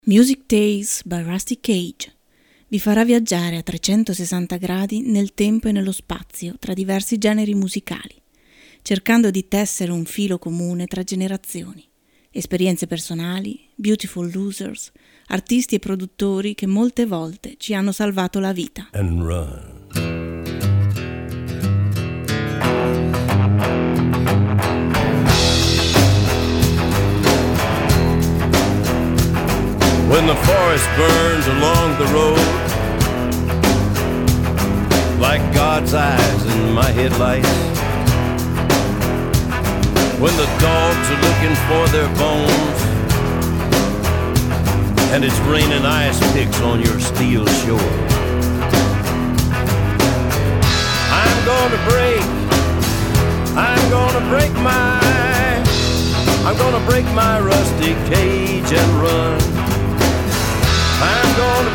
Music Days by Rusty Cage vi farà viaggiare a 360 gradi nel tempo e nello spazio tra diversi generi musicali, cercando di tessere un filo comune tra generazioni, esperienze personali, beautiful losers, artisti e produttori che molte volte ci hanno salvato la vita. And run. When the forest burns along the road, like God's eyes in my headlights, when the dogs are looking for their bones, and it's raining ice picks on your steel shore, I'm gonna break my rusty cage and run. I'm gonna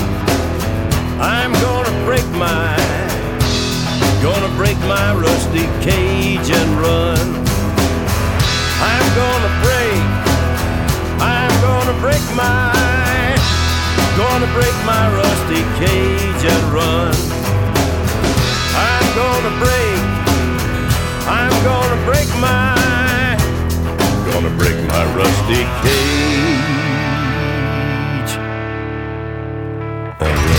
break my rusty cage and run. I'm gonna break my rusty cage and run. I'm gonna break my rusty cage and run.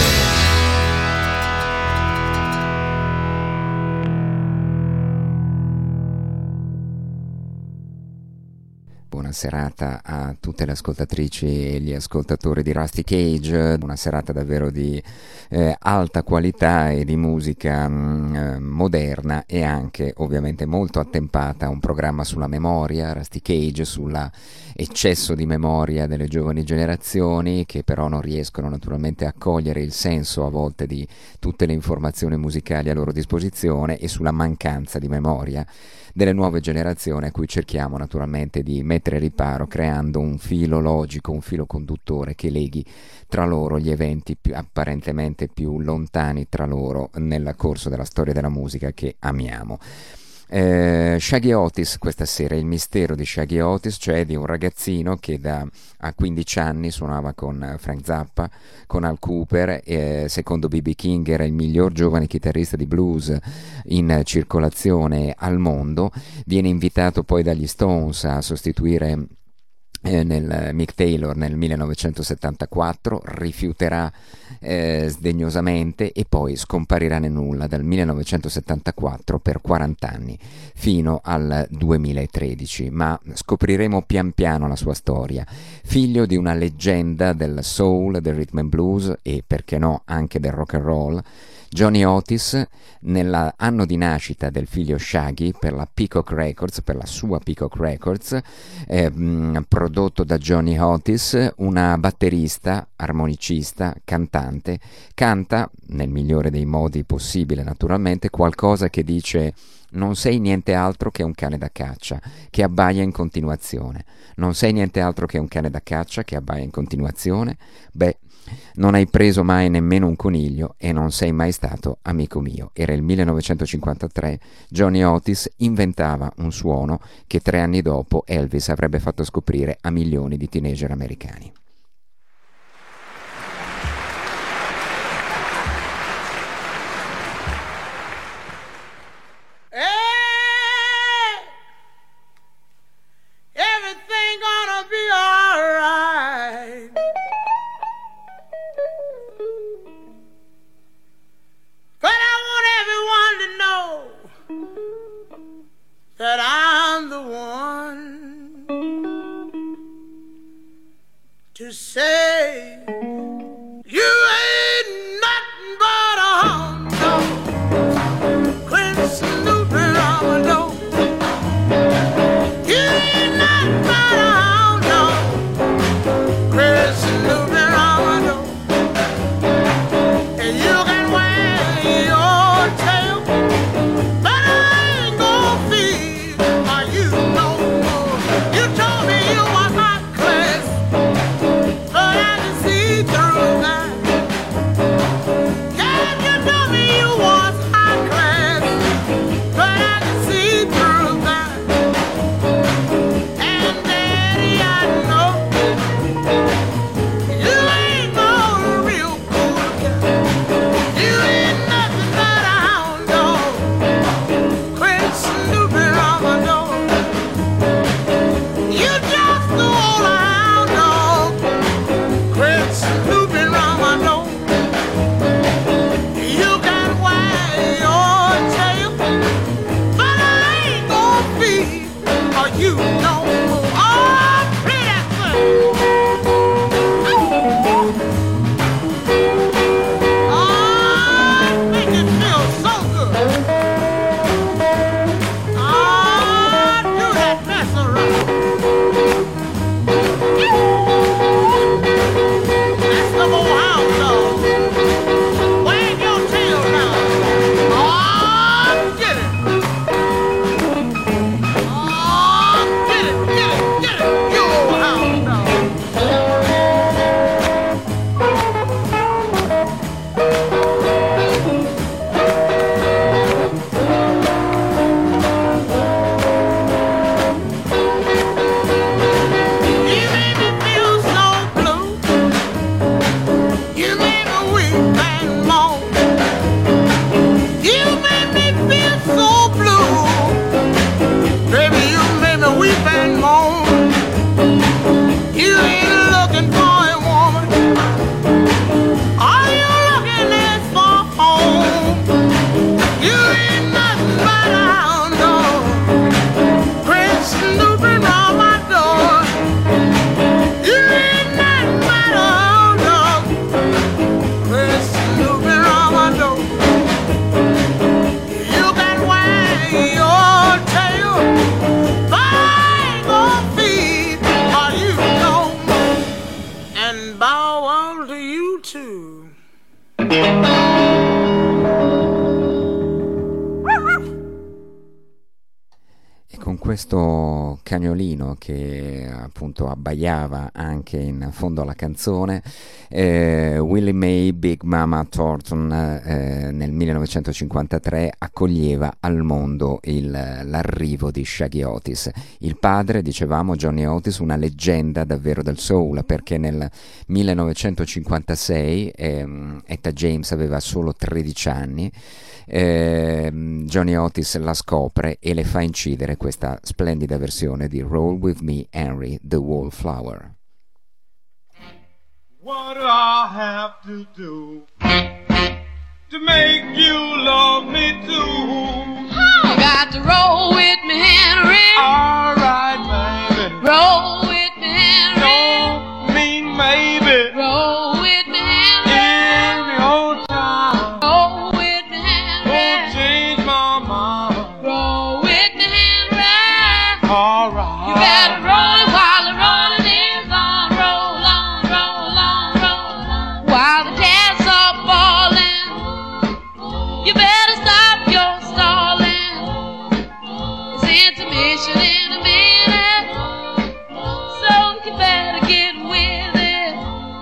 Buona serata a tutte le ascoltatrici e gli ascoltatori di Rusty Cage, una serata davvero di alta qualità e di musica moderna e anche ovviamente molto attempata, un programma sulla memoria, Rusty Cage, sulla eccesso di memoria delle giovani generazioni che però non riescono naturalmente a cogliere il senso a volte di tutte le informazioni musicali a loro disposizione e sulla mancanza di memoria delle nuove generazioni a cui cerchiamo naturalmente di mettere riparo creando un filo logico, un filo conduttore che leghi tra loro gli eventi apparentemente più lontani tra loro nel corso della storia della musica che amiamo. Shaggy Otis questa sera, il mistero di Shaggy Otis, cioè di un ragazzino che a 15 anni suonava con Frank Zappa, con Al Cooper, secondo B.B. King era il miglior giovane chitarrista di blues in circolazione al mondo, viene invitato poi dagli Stones a sostituire nel Mick Taylor nel 1974, rifiuterà sdegnosamente e poi scomparirà nel nulla dal 1974 per 40 anni fino al 2013, ma scopriremo pian piano la sua storia. Figlio di una leggenda del soul, del rhythm and blues e perché no anche del rock and roll, Johnny Otis, nell'anno di nascita del figlio Shaggy, per la Peacock Records, per la sua Peacock Records, prodotto da Johnny Otis, una batterista, armonicista, cantante, canta, nel migliore dei modi possibile naturalmente, qualcosa che dice: non sei niente altro che un cane da caccia che abbaia in continuazione. Non sei niente altro che un cane da caccia che abbaia in continuazione? Beh, non hai preso mai nemmeno un coniglio e non sei mai stato amico mio. Era il 1953, Johnny Otis inventava un suono che 3 anni dopo Elvis avrebbe fatto scoprire a milioni di teenager americani. That I'm the one to say you ain't nothing but a hound dog. Quincy Lou Ramadan. You ain't nothing but a hound dog. Quincy Lou Ramadan. And you can wag your tail, but I ain't gonna feed you no more. You told me you was hot class, but I can see through. bow wow to you too. E con questo cagnolino che appunto abbaiava anche in fondo alla canzone, Willie Mae Big Mama Thornton nel 1953 accoglieva al mondo l'arrivo di Shaggy Otis. Il padre, dicevamo, Johnny Otis, una leggenda davvero del soul, perché nel 1956 Etta James aveva solo 13 anni. Johnny Otis la scopre e le fa incidere questa splendida versione di Roll With Me Henry, The Wallflower. What do I have to do to make you love me too? You got to roll with me, Henry. All right, baby. Roll with me, Henry. Don't mean maybe. Roll with me, Henry. In the old time. Roll with me, Won't Henry. change my mind. Roll with me, Henry. All right. You better roll it while the rolling is on. Roll on, roll on, roll on. While the cats are falling, you better stop your stalling. It's intermission in a minute, so you better get with it.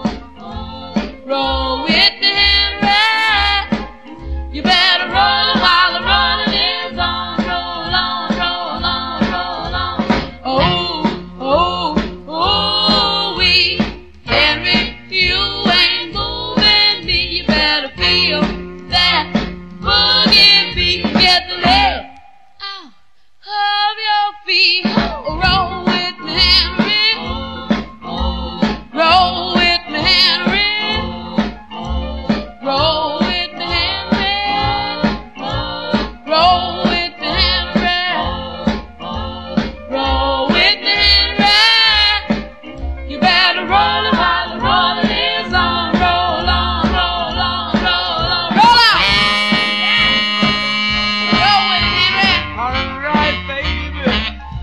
Roll with me, Henry. You better roll it while the rolling is on. Roll on, roll on, roll on. Oh, oh, oh, we, Henry, you ain't moving me. You better feel that boogie beat. Get the leg out of your feet. Roll with me, Henry. Roll with me, Henry. Roll with me, Henry. Roll with me, Henry. Roll with me, Henry. You better roll it while the rolling is on. Roll on, roll on, roll on, roll on. Roll with me, Henry. All right, baby.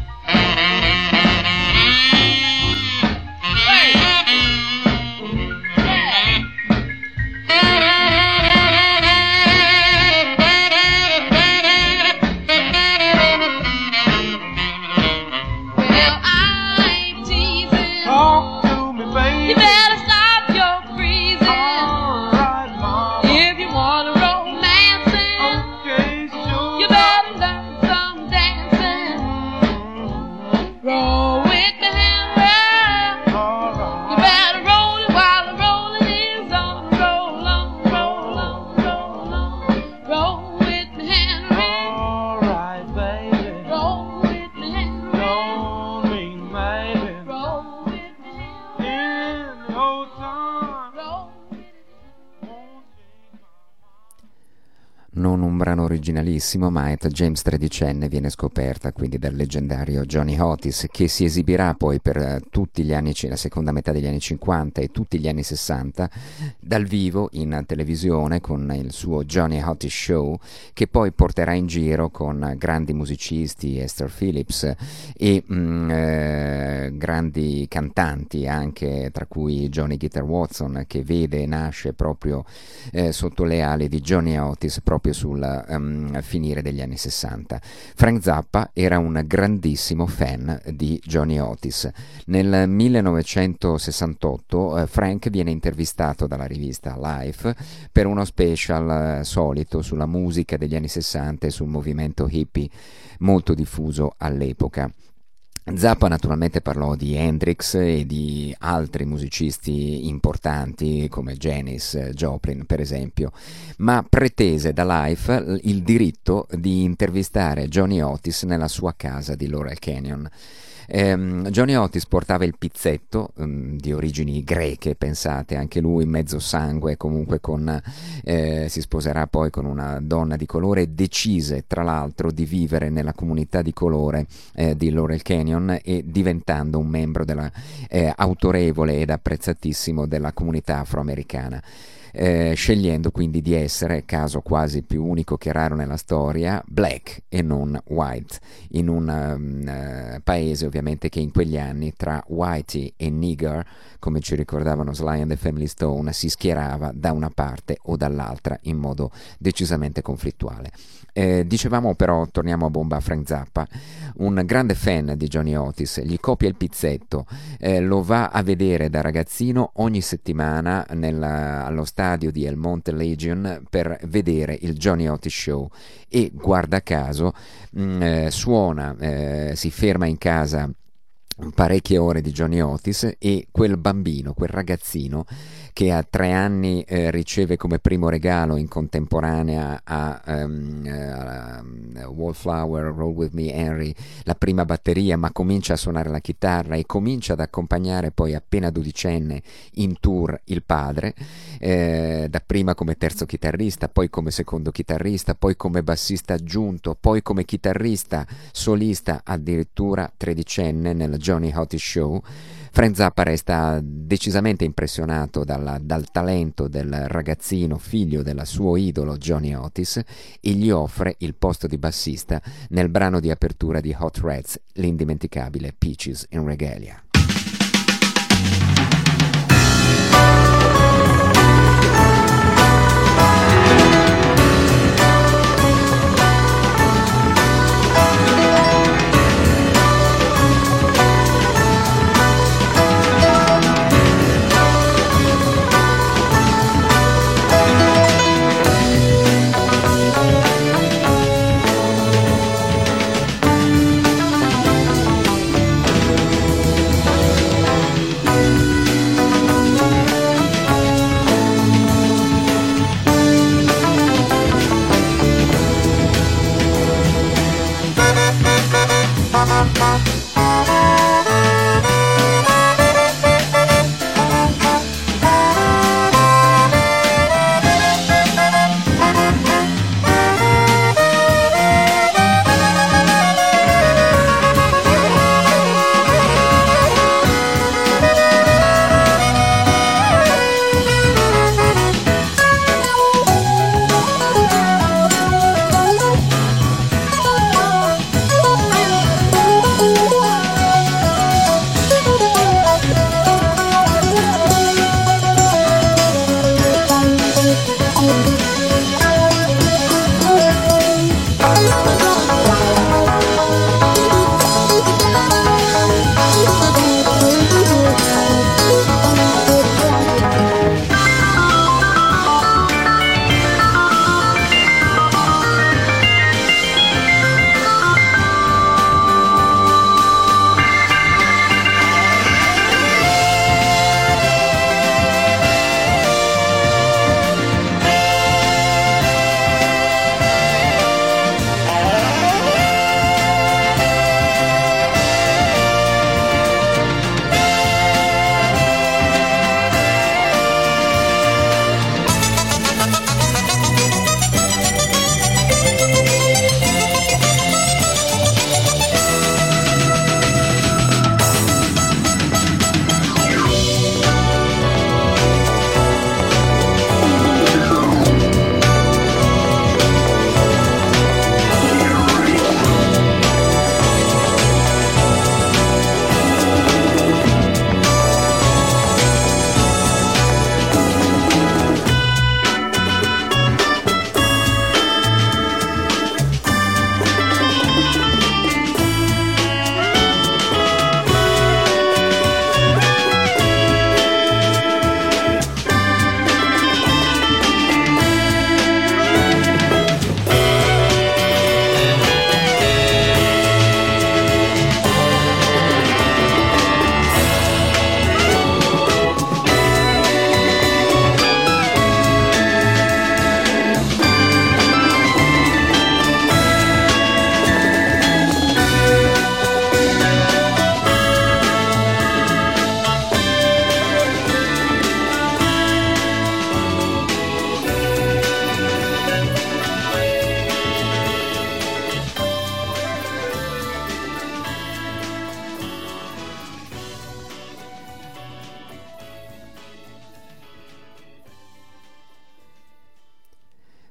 Well, I ain't teasing. Talk to me, baby. You better stop your freezing. All right, mama. If you wanna romancing, Okay, sure. you better learn some dancing. Roll with me, Henry. All You right. better roll it while the rolling is on. Roll on, roll on, roll on. Roll with me, Henry. All right, baby. Roll with me, Henry. Don't mean maybe. Roll with me, Henry. In the old time. Roll with me. Non un brano originalissimo, ma Etta James tredicenne viene scoperta quindi dal leggendario Johnny Otis, che si esibirà poi per tutti gli anni, la seconda metà degli anni 50 e tutti gli anni 60 dal vivo in televisione con il suo Johnny Otis Show, che poi porterà in giro con grandi musicisti, Esther Phillips e grandi cantanti anche, tra cui Johnny Guitar Watson, che vede e nasce proprio sotto le ali di Johnny Otis proprio sul finire degli anni 60. Frank Zappa era un grandissimo fan di Johnny Otis. Nel 1968 Frank viene intervistato dalla rivista Life per uno special solito sulla musica degli anni 60 e sul movimento hippie molto diffuso all'epoca. Zappa naturalmente parlò di Hendrix e di altri musicisti importanti come Janis Joplin per esempio, ma pretese da Life il diritto di intervistare Johnny Otis nella sua casa di Laurel Canyon. Johnny Otis portava il pizzetto di origini greche, pensate, anche lui mezzo sangue, comunque si sposerà poi con una donna di colore e decise tra l'altro di vivere nella comunità di colore di Laurel Canyon e diventando un membro della autorevole ed apprezzatissimo della comunità afroamericana. Scegliendo quindi di essere, caso quasi più unico che raro nella storia, black e non white, in un paese ovviamente ovviamente che in quegli anni tra Whitey e Nigger, come ci ricordavano Sly and the Family Stone, si schierava da una parte o dall'altra in modo decisamente conflittuale. Dicevamo però, torniamo a bomba, a Frank Zappa, un grande fan di Johnny Otis, gli copia il pizzetto, lo va a vedere da ragazzino ogni settimana allo stadio di El Monte Legion per vedere il Johnny Otis Show e guarda caso suona, si ferma in casa parecchie ore di Johnny Otis e quel bambino, quel ragazzino che a 3 anni riceve come primo regalo in contemporanea a Wallflower, Roll With Me Henry, la prima batteria, ma comincia a suonare la chitarra e comincia ad accompagnare poi appena 12enne in tour il padre, dapprima come terzo chitarrista, poi come secondo chitarrista, poi come bassista aggiunto, poi come chitarrista solista addirittura 13enne nel Johnny Otis Show. Frank Zappa resta decisamente impressionato dal talento del ragazzino figlio del suo idolo Johnny Otis e gli offre il posto di bassista nel brano di apertura di Hot Rats, l'indimenticabile Peaches in Regalia.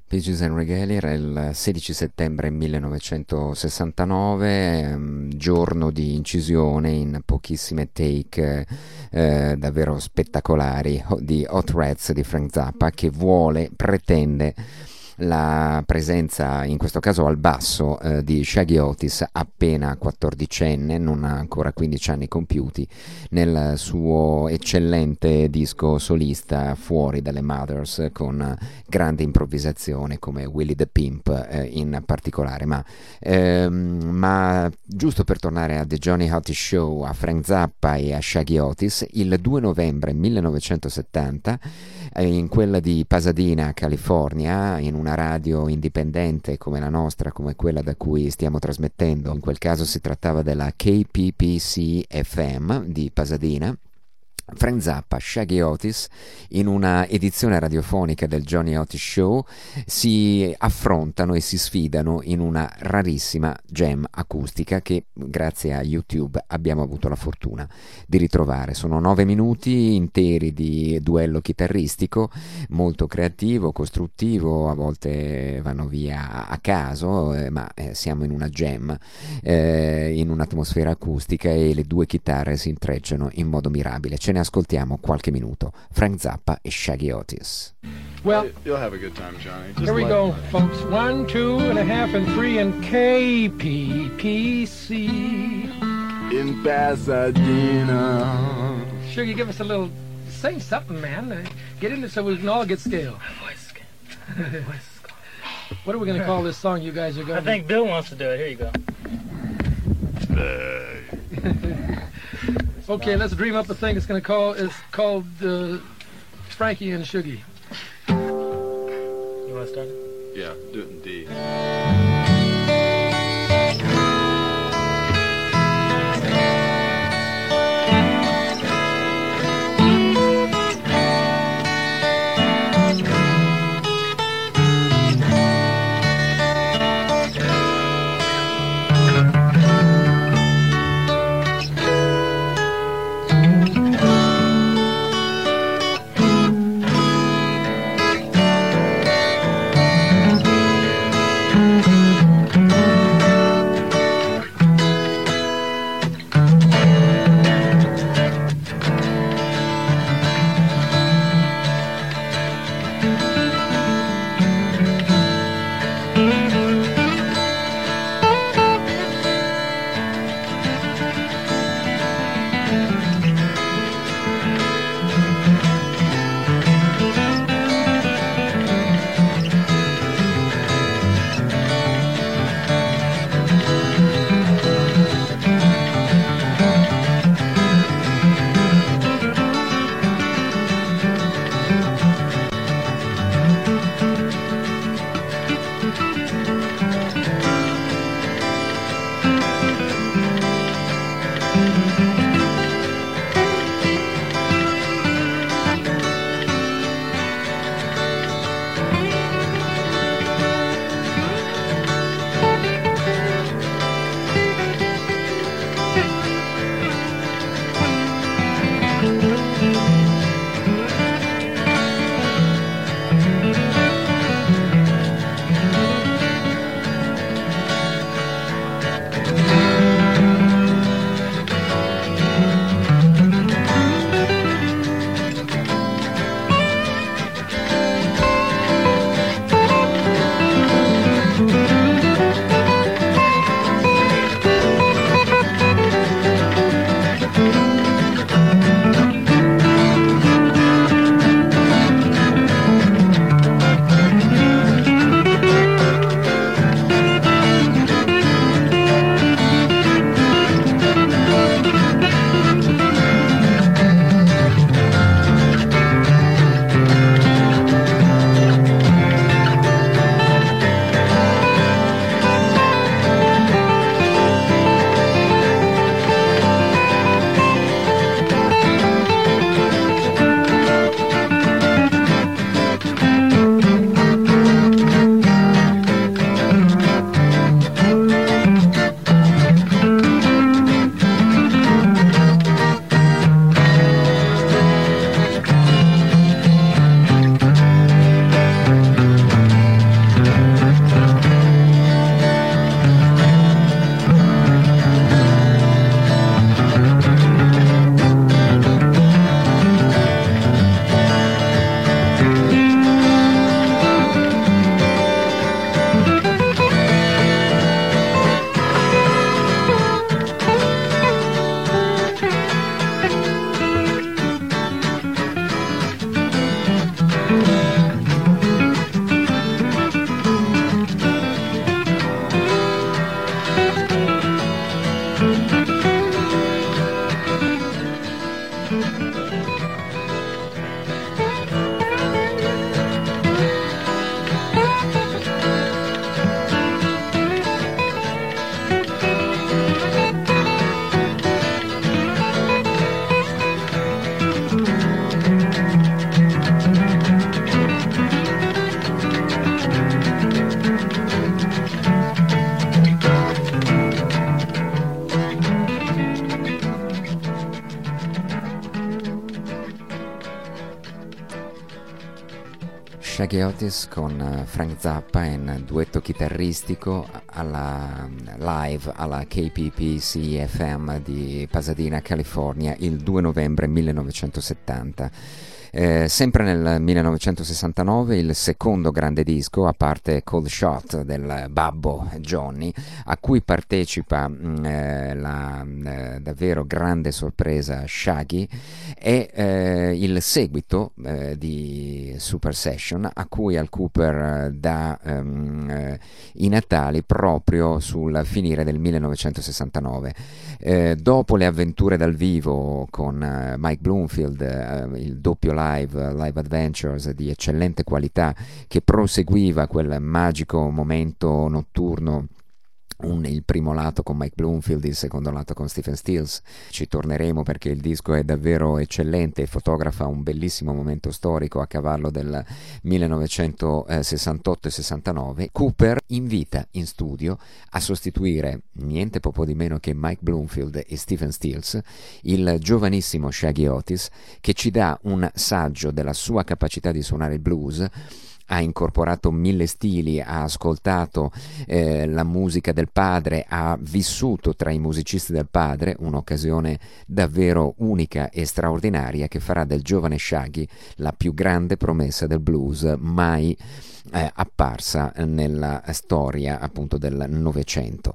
Peaches and Regalia era il 16 settembre 1969, giorno di incisione in pochissime take davvero spettacolari di Hot Rats di Frank Zappa, che pretende la presenza, in questo caso al basso, di Shaggy Otis, appena 14enne, non ha ancora 15 anni compiuti, nel suo eccellente disco solista fuori dalle Mothers, con grande improvvisazione come Willie the Pimp in particolare. Ma giusto per tornare a The Johnny Otis Show, a Frank Zappa e a Shaggy Otis, il 2 novembre 1970 in quella di Pasadena, California, in una radio indipendente come la nostra, come quella da cui stiamo trasmettendo, in quel caso si trattava della KPPC FM di Pasadena, Frank Zappa, Shaggy Otis, in una edizione radiofonica del Johnny Otis Show, si affrontano e si sfidano in una rarissima jam acustica che grazie a YouTube abbiamo avuto la fortuna di ritrovare. Sono 9 minuti interi di duello chitarristico, molto creativo, costruttivo, a volte vanno via a caso, ma siamo in una jam, in un'atmosfera acustica, e le due chitarre si intrecciano in modo mirabile. Ce ne ascoltiamo qualche minuto. Frank Zappa e Shaggy Otis. Well, You'll have a good time, Johnny. Just here we let- go, folks. 1, 2.5, and 3, and KPPC. In Pasadena. Sugar, give us a little. Sing something, man. Get in it so we can all get scale. What are we going to call this song you guys are going I think Bill wants to do it. Here you go. Okay, let's dream up a thing. It's called Frankie and Shuggy. You want to start it? Yeah, do it in D. Shaggy Otis con Frank Zappa in duetto chitarristico live alla KPPC FM di Pasadena, California, il 2 novembre 1970. Sempre nel 1969 il secondo grande disco, a parte Cold Shot del babbo Johnny, a cui partecipa la davvero grande sorpresa Shaggy, è il seguito di Super Session, a cui Al Cooper dà i natali proprio sul finire del 1969. Dopo le avventure dal vivo con Mike Bloomfield, il doppio live Adventures di eccellente qualità che proseguiva quel magico momento notturno, il primo lato con Mike Bloomfield, il secondo lato con Stephen Stills. Ci torneremo perché il disco è davvero eccellente e fotografa un bellissimo momento storico a cavallo del 1968 e 69. Cooper invita in studio a sostituire niente poco di meno che Mike Bloomfield e Stephen Stills il giovanissimo Shaggy Otis, che ci dà un saggio della sua capacità di suonare il blues. Ha incorporato 1000 stili, ha ascoltato la musica del padre, ha vissuto tra i musicisti del padre, un'occasione davvero unica e straordinaria che farà del giovane Shaggy la più grande promessa del blues mai apparsa nella storia appunto del Novecento.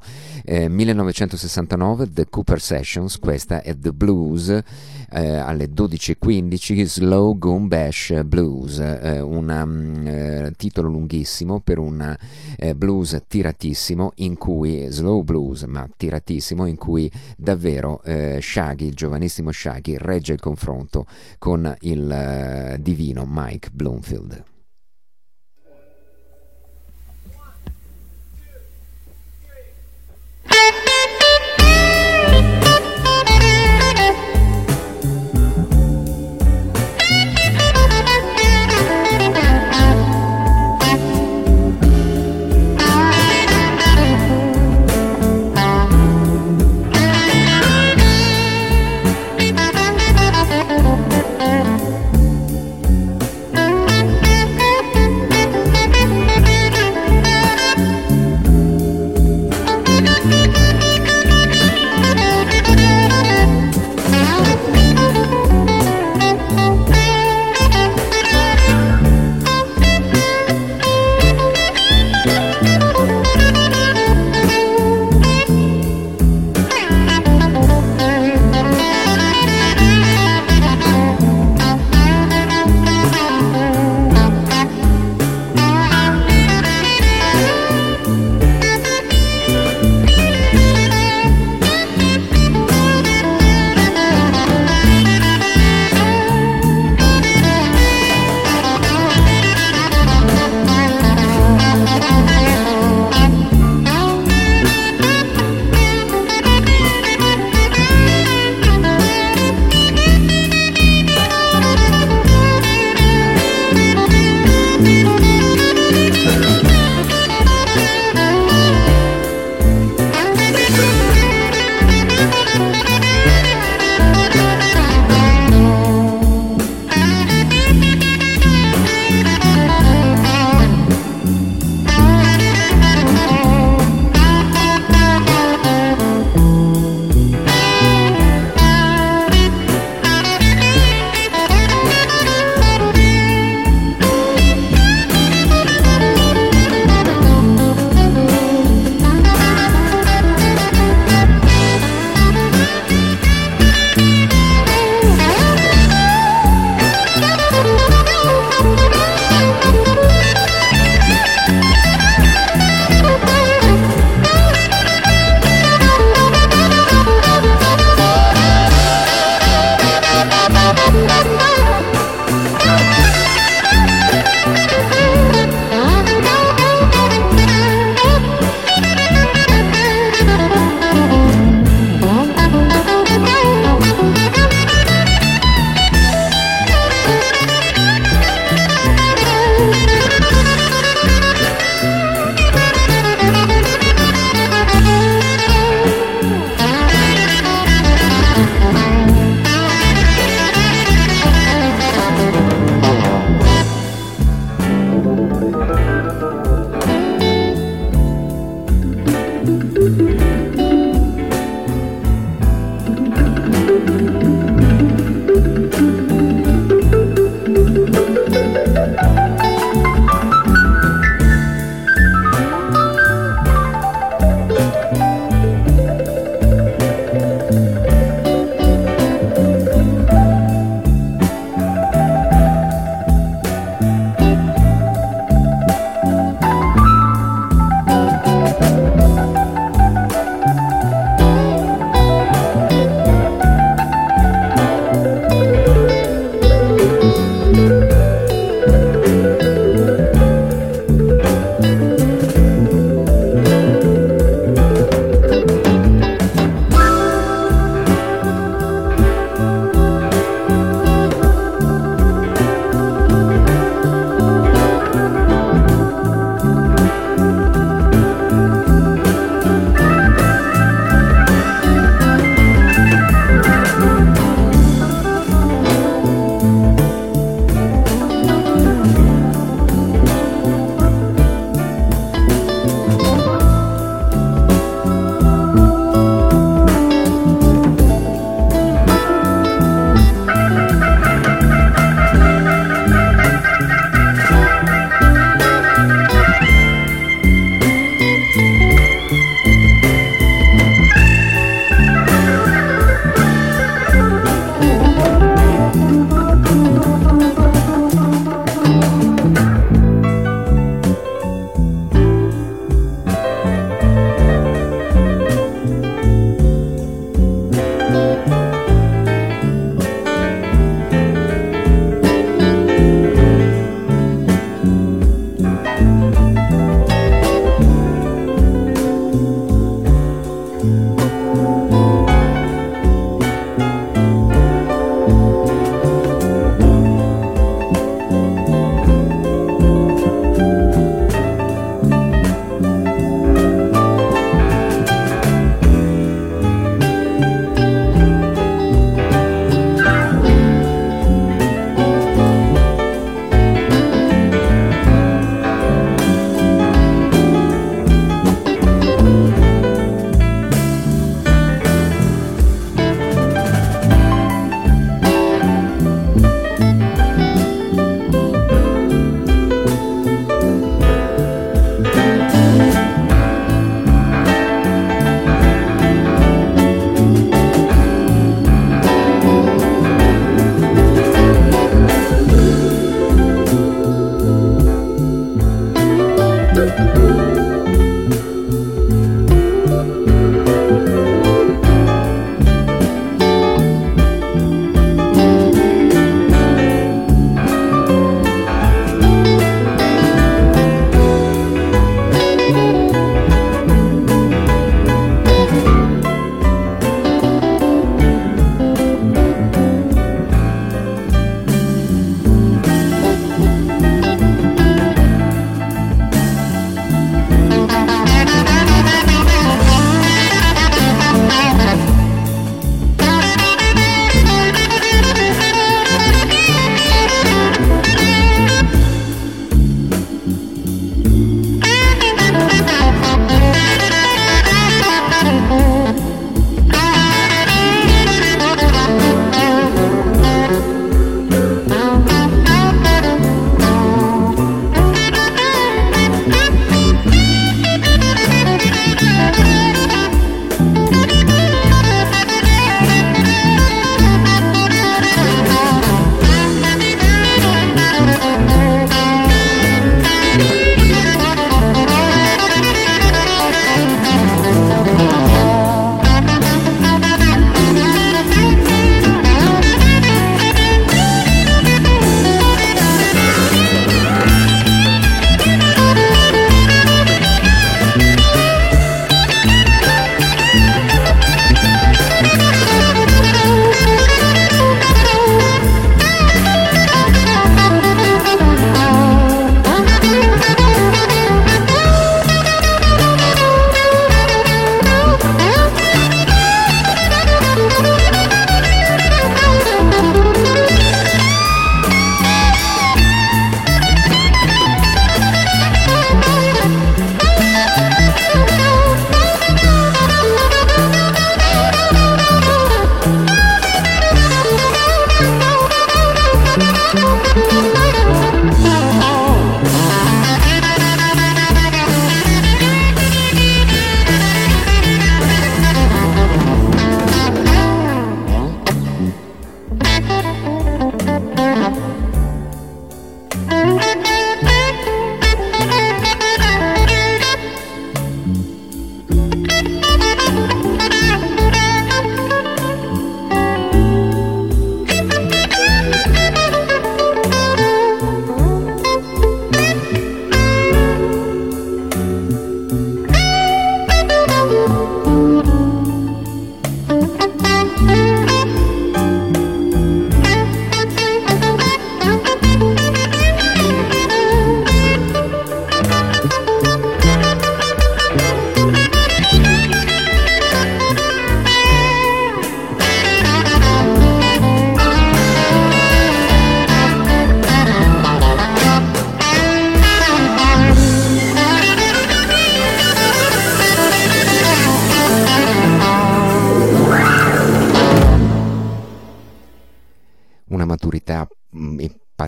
1969 The Cooper Sessions, questa è The Blues, alle 12:15 Slow Goom Bash Blues, un titolo lunghissimo per un blues tiratissimo, in cui slow blues ma tiratissimo, in cui davvero Shaggy, il giovanissimo Shaggy, regge il confronto con il divino Mike Bloomfield.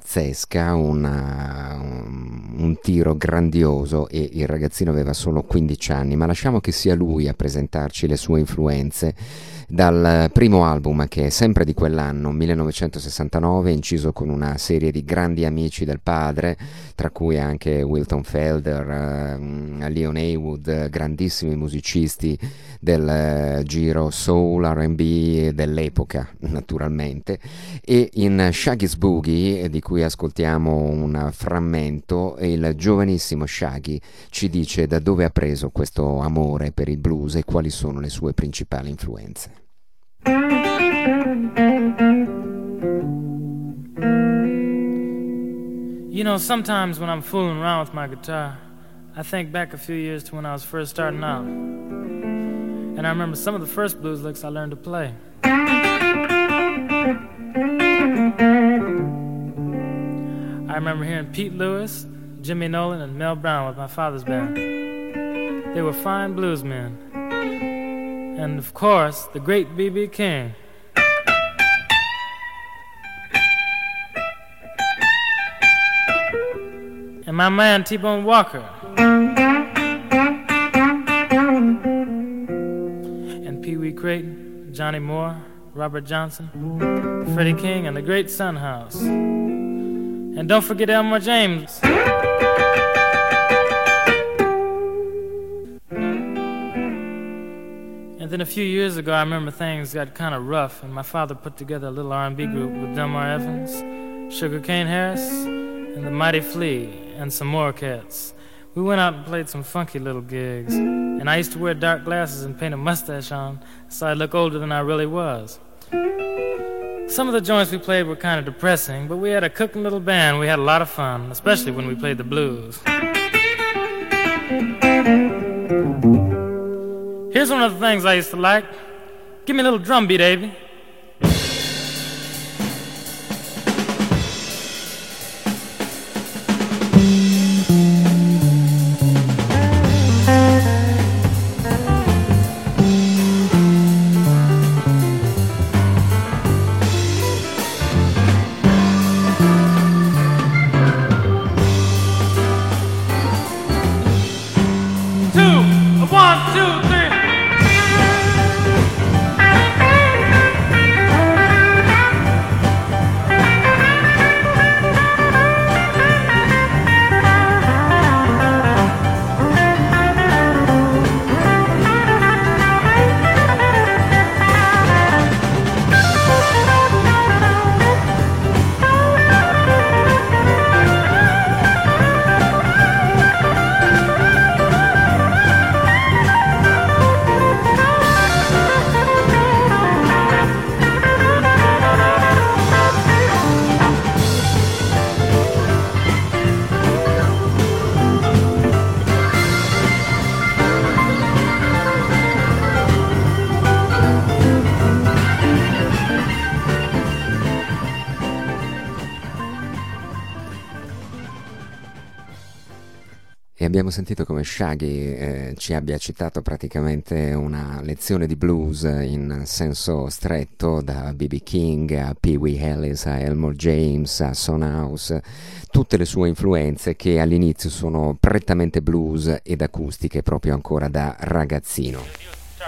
pazzesca, un tiro grandioso, e il ragazzino aveva solo 15 anni, ma lasciamo che sia lui a presentarci le sue influenze dal primo album, che è sempre di quell'anno, 1969, inciso con una serie di grandi amici del padre, tra cui anche Wilton Felder, Leon Haywood, grandissimi musicisti del giro soul, R&B dell'epoca naturalmente. E in Shaggy's Boogie, di cui ascoltiamo un frammento, il giovanissimo Shaggy ci dice da dove ha preso questo amore per il blues e quali sono le sue principali influenze. You know, sometimes when I'm fooling around with my guitar, I think back a few years to when I was first starting out. And I remember some of the first blues licks I learned to play. I remember hearing Pete Lewis, Jimmy Nolan, and Mel Brown with my father's band. They were fine bluesmen. And of course, the great B.B. King. And my man T-Bone Walker. And Pee Wee Creighton, Johnny Moore, Robert Johnson, Freddie King, and the great Sun House. And don't forget Elmore James. And then a few years ago, I remember things got kind of rough, and my father put together a little R&B group with Delmar Evans, Sugar Cane Harris, and the Mighty Flea, and some more cats. We went out and played some funky little gigs, and I used to wear dark glasses and paint a mustache on, so I'd look older than I really was. Some of the joints we played were kind of depressing, but we had a cooking little band. We had a lot of fun, especially when we played the blues. Here's one of the things I used to like. Give me a little drum beat, Avy. E abbiamo sentito come Shaggy ci abbia citato praticamente una lezione di blues in senso stretto, da B.B. King a Pee Wee Ellis a Elmore James a Son House, tutte le sue influenze che all'inizio sono prettamente blues ed acustiche proprio ancora da ragazzino.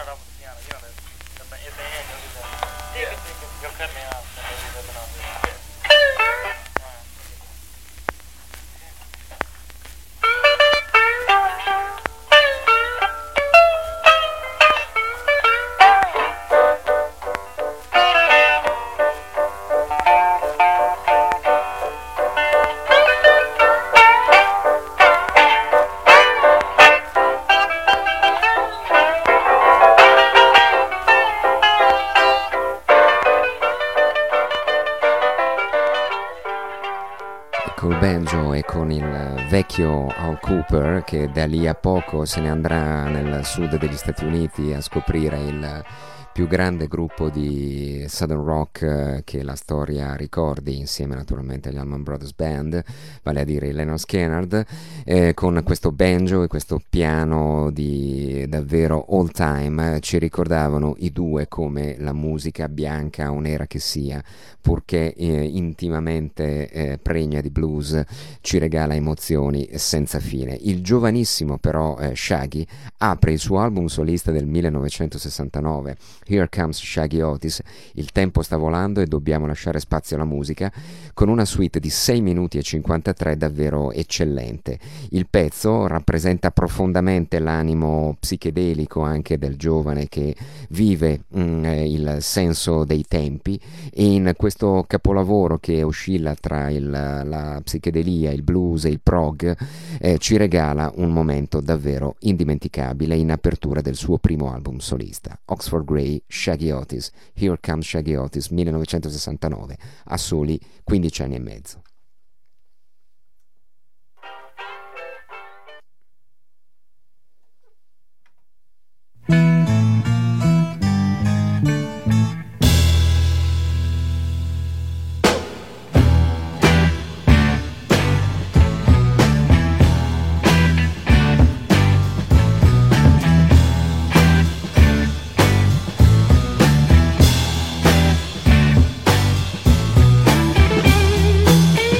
Col banjo e con il vecchio Al Cooper, che da lì a poco se ne andrà nel sud degli Stati Uniti a scoprire il più grande gruppo di Southern Rock che la storia ricordi, insieme naturalmente agli Allman Brothers Band, vale a dire i Lynyrd Skynyrd, con questo banjo e questo piano di davvero all time. Ci ricordavano i due come la musica bianca, un'era che sia, purché intimamente pregna di blues, ci regala emozioni senza fine. Il giovanissimo però Shaggy apre il suo album solista del 1969, Here Comes Shaggy Otis, il tempo sta volando e dobbiamo lasciare spazio alla musica, con una suite di 6 minuti e 53 davvero eccellente. Il pezzo rappresenta profondamente l'animo psichedelico anche del giovane che vive il senso dei tempi, e in questo capolavoro che oscilla tra la psichedelia, il blues e il prog ci regala un momento davvero indimenticabile in apertura del suo primo album solista, Oxford Grey, Shaggy Otis, Here Comes Shaggy Otis, 1969, a soli 15 anni e mezzo. Thank you.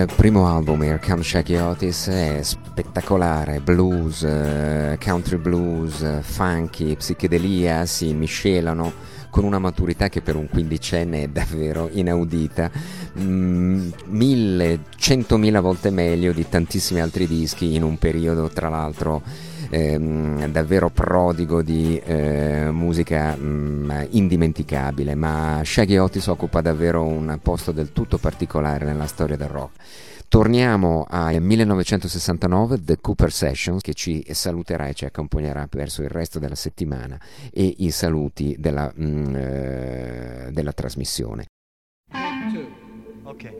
primo album, Here Comes Shaggy Otis, è spettacolare, blues, country blues, funky, psichedelia si miscelano con una maturità che per un quindicenne è davvero inaudita, 100.000 volte meglio di tantissimi altri dischi in un periodo tra l'altro davvero prodigo di musica indimenticabile, ma Shaggy Otis occupa davvero un posto del tutto particolare nella storia del rock. Torniamo al 1969, The Cooper Sessions, che ci saluterà e ci accompagnerà verso il resto della settimana e i saluti della trasmissione. Okay.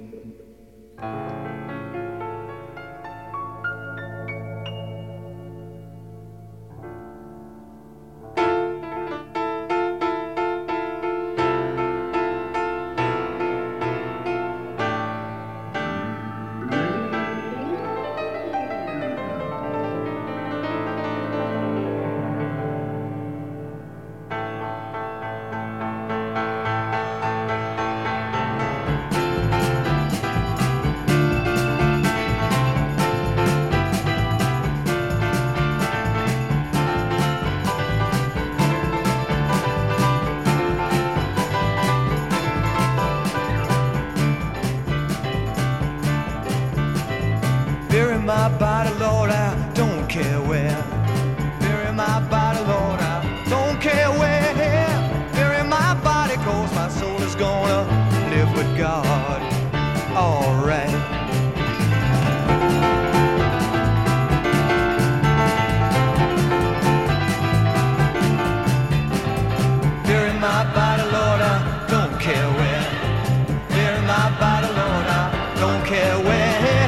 My body, Lord, I don't care where. Bury my body, Lord, I don't care where. Bury my body, 'cause my soul is gonna live with God. Alright. Bury my body, Lord, I don't care where. Bury my body, Lord, I don't care where.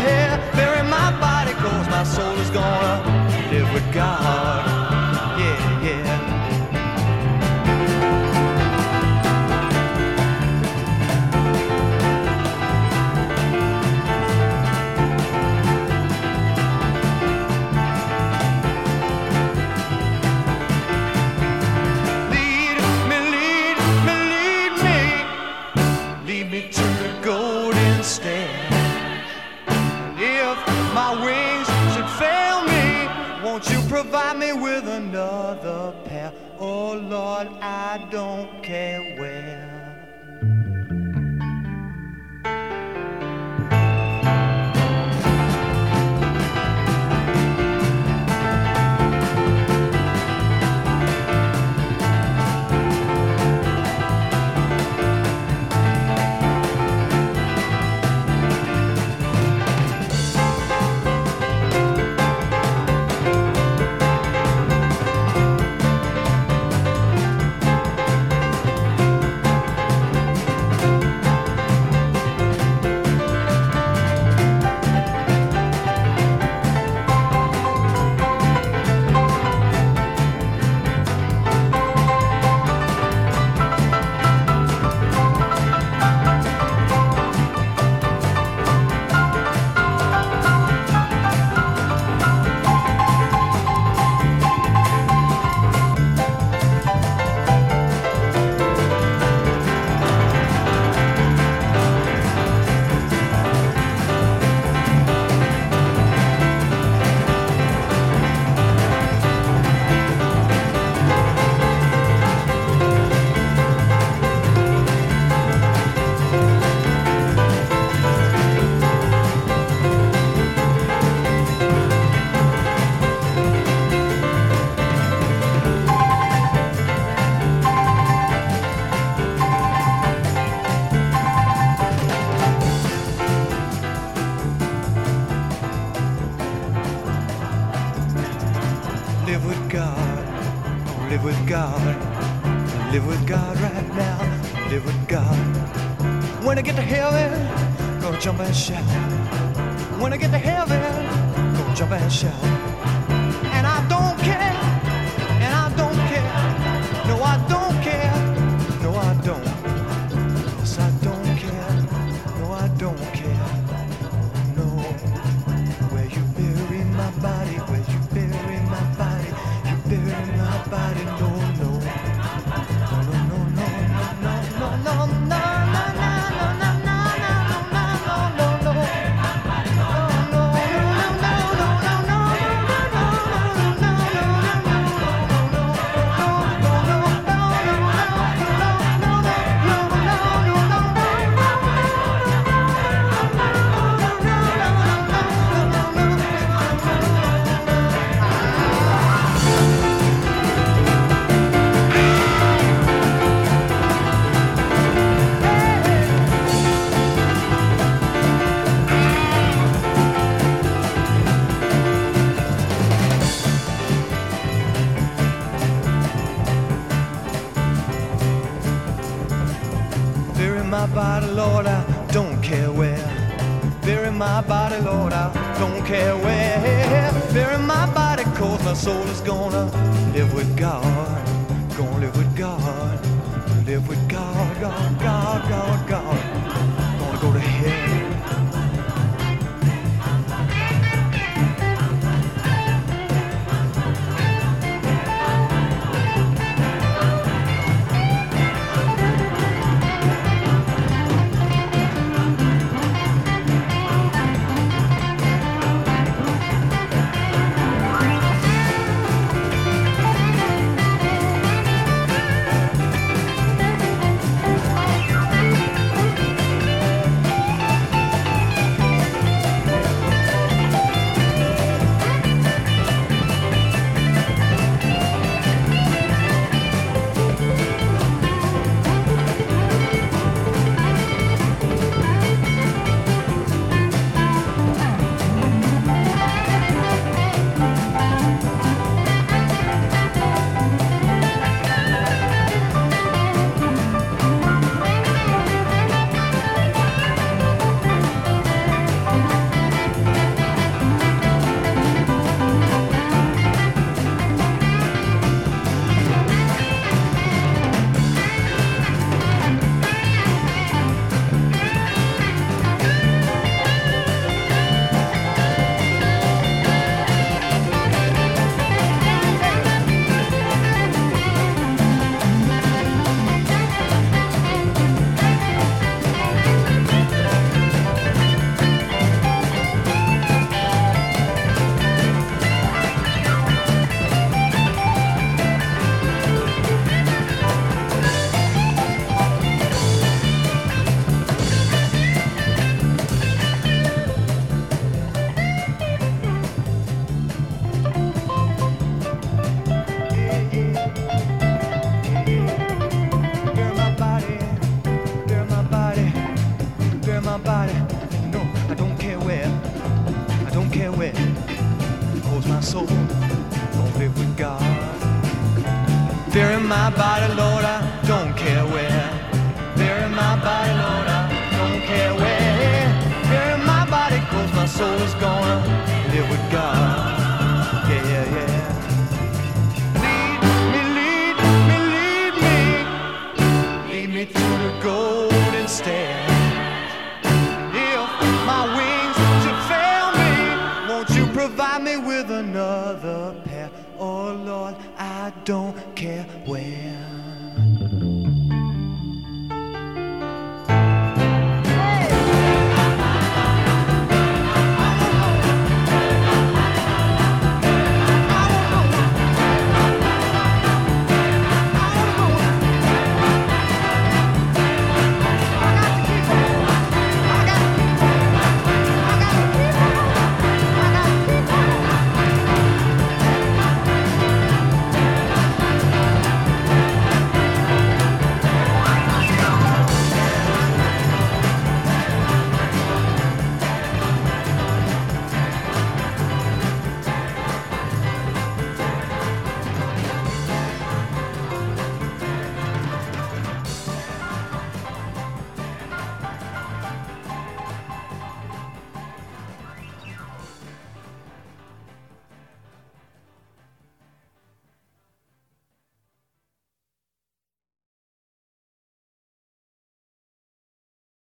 My soul is gonna live with God. Yeah, yeah. Lead me to the golden stair. If my wings fail me, won't you provide me with another pair? Oh Lord, I don't care where. Live with God right now, live with God. When I get to heaven, gonna jump and shout. When I get to heaven, gonna jump and shout. And I don't care, and I don't care. No, I don't care, no, I don't. Yes, I don't care, no, I don't care. No, where you bury my body, where you bury my body, you bury my body, no, no. No, no, no, no, no, no, no, no, no, no, no, no, no. my body, Lord, I don't care where. Bury my body, cause my soul is gonna live with God. Gonna live with God. Live with God, God, God, God, God. Gonna go to heaven. Bury my body, Lord, I don't care where. Bury my body, Lord, I don't care where. Bury my body, cause my soul is gonna live with God. Yeah, yeah, yeah. Lead me to the golden stair. If my wings should fail me, won't you provide me with another pair? Oh Lord, I don't care where.